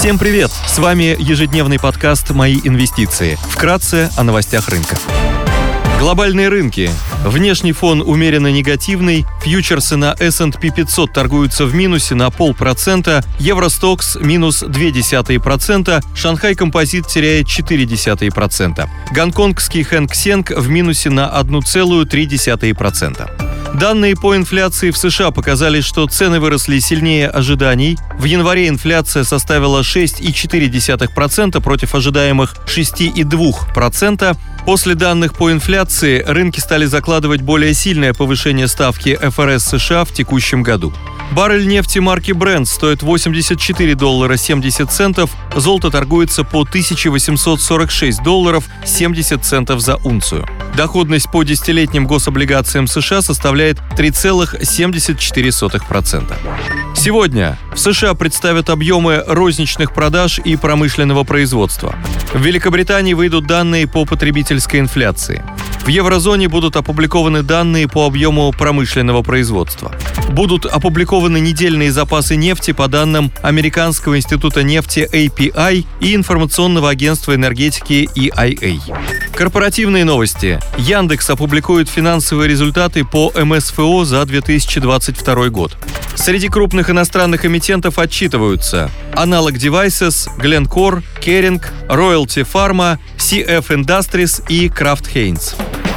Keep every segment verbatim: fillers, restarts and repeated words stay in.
Всем привет! С вами ежедневный подкаст «Мои инвестиции». Вкратце о новостях рынка. Глобальные рынки. Внешний фон умеренно негативный. Фьючерсы на эс энд пи пятьсот торгуются в минусе на полпроцента. Евростокс минус ноль целых две десятых процента. Шанхай Композит теряет четыре десятых процента. Гонконгский Хэнк Сенг в минусе на одна целая три десятых процента. Данные по инфляции в США показали, что цены выросли сильнее ожиданий. В январе инфляция составила шесть целых четыре десятых процента против ожидаемых шесть целых две десятых процента. После данных по инфляции рынки стали закладывать более сильное повышение ставки эф эр эс США в текущем году. Баррель нефти марки Brent стоит восемьдесят четыре доллара семьдесят центов, золото торгуется по тысяча восемьсот сорок шесть долларов семьдесят центов за унцию. Доходность по десятилетним гособлигациям США составляет три целых семьдесят четыре сотых процента. Сегодня в США представят объемы розничных продаж и промышленного производства. В Великобритании выйдут данные по потребительской инфляции. В еврозоне будут опубликованы данные по объему промышленного производства. Будут опубликованы недельные запасы нефти по данным Американского института нефти эй пи ай и информационного агентства энергетики и ай эй. Корпоративные новости. Яндекс опубликует финансовые результаты по эм эс эф о за две тысячи двадцать второй год. Среди крупных иностранных эмитентов отчитываются Analog Devices, Glencore, Kering, Royalty Pharma, си эф Industries и Kraft Heinz.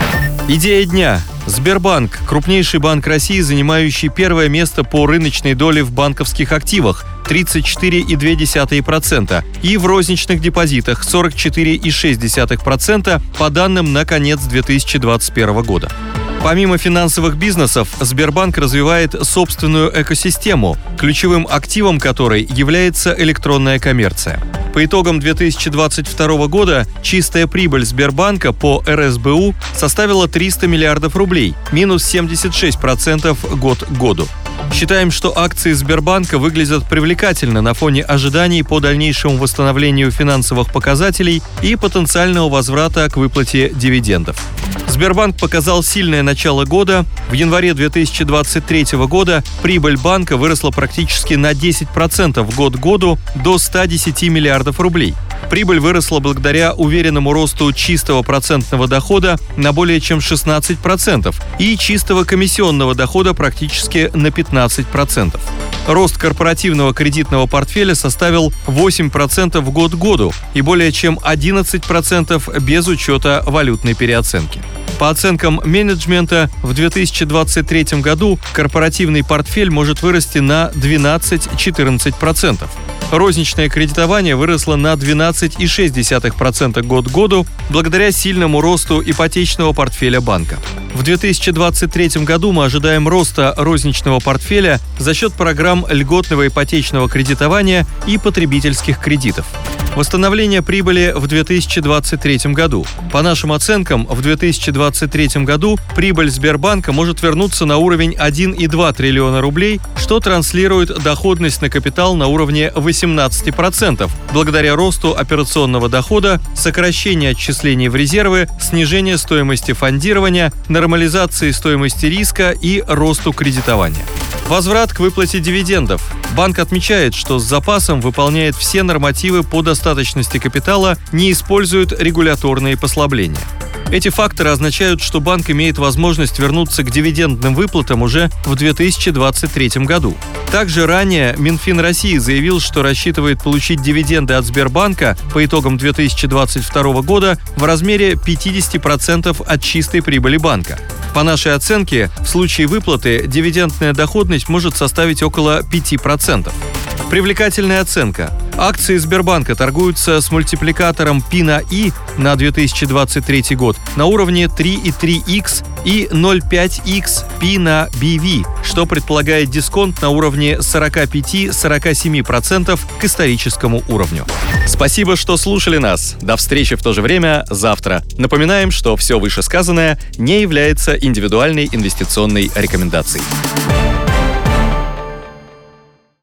Идея дня. Сбербанк – крупнейший банк России, занимающий первое место по рыночной доле в банковских активах – тридцать четыре целых две десятых процента и в розничных депозитах – сорок четыре целых шесть десятых процента по данным на конец две тысячи двадцать первого года. Помимо финансовых бизнесов, Сбербанк развивает собственную экосистему, ключевым активом которой является электронная коммерция. По итогам две тысячи двадцать второго года чистая прибыль Сбербанка по эр эс бэ у составила триста миллиардов рублей, минус семьдесят шесть процентов год к году. Считаем, что акции Сбербанка выглядят привлекательно на фоне ожиданий по дальнейшему восстановлению финансовых показателей и потенциального возврата к выплате дивидендов. Сбербанк показал сильное начало года. В январе две тысячи двадцать третьего года прибыль банка выросла практически на десять процентов год к году до ста десяти миллиардов рублей. Прибыль выросла благодаря уверенному росту чистого процентного дохода на более чем шестнадцать процентов и чистого комиссионного дохода практически на пятнадцать процентов. Рост корпоративного кредитного портфеля составил восемь процентов год к году и более чем одиннадцать процентов без учета валютной переоценки. По оценкам менеджмента, в две тысячи двадцать третьем году корпоративный портфель может вырасти на двенадцать-четырнадцать процентов. Розничное кредитование выросло на двенадцать целых шесть десятых процента год к году благодаря сильному росту ипотечного портфеля банка. В две тысячи двадцать третьем году мы ожидаем роста розничного портфеля за счет программ льготного ипотечного кредитования и потребительских кредитов. Восстановление прибыли в две тысячи двадцать третьем году. По нашим оценкам, в две тысячи двадцать третьем году прибыль Сбербанка может вернуться на уровень один целых два десятых триллиона рублей, что транслирует доходность на капитал на уровне восемнадцать процентов, благодаря росту операционного дохода, сокращению отчислений в резервы, снижению стоимости фондирования, нормализации стоимости риска и росту кредитования. Возврат к выплате дивидендов. Банк отмечает, что с запасом выполняет все нормативы по достаточности капитала, не использует регуляторные послабления. Эти факторы означают, что банк имеет возможность вернуться к дивидендным выплатам уже в две тысячи двадцать третьем году. Также ранее Минфин России заявил, что рассчитывает получить дивиденды от Сбербанка по итогам две тысячи двадцать второго года в размере пятьдесят процентов от чистой прибыли банка. По нашей оценке, в случае выплаты дивидендная доходность может составить около пяти процентов. Привлекательная оценка. Акции Сбербанка торгуются с мультипликатором пи на и на две тысячи двадцать третий год на уровне три целых три икс и ноль целых пять икс пи на би ви, что предполагает дисконт на уровне сорок пять - сорок семь процентов к историческому уровню. Спасибо, что слушали нас. До встречи в то же время завтра. Напоминаем, что все вышесказанное не является индивидуальной инвестиционной рекомендацией.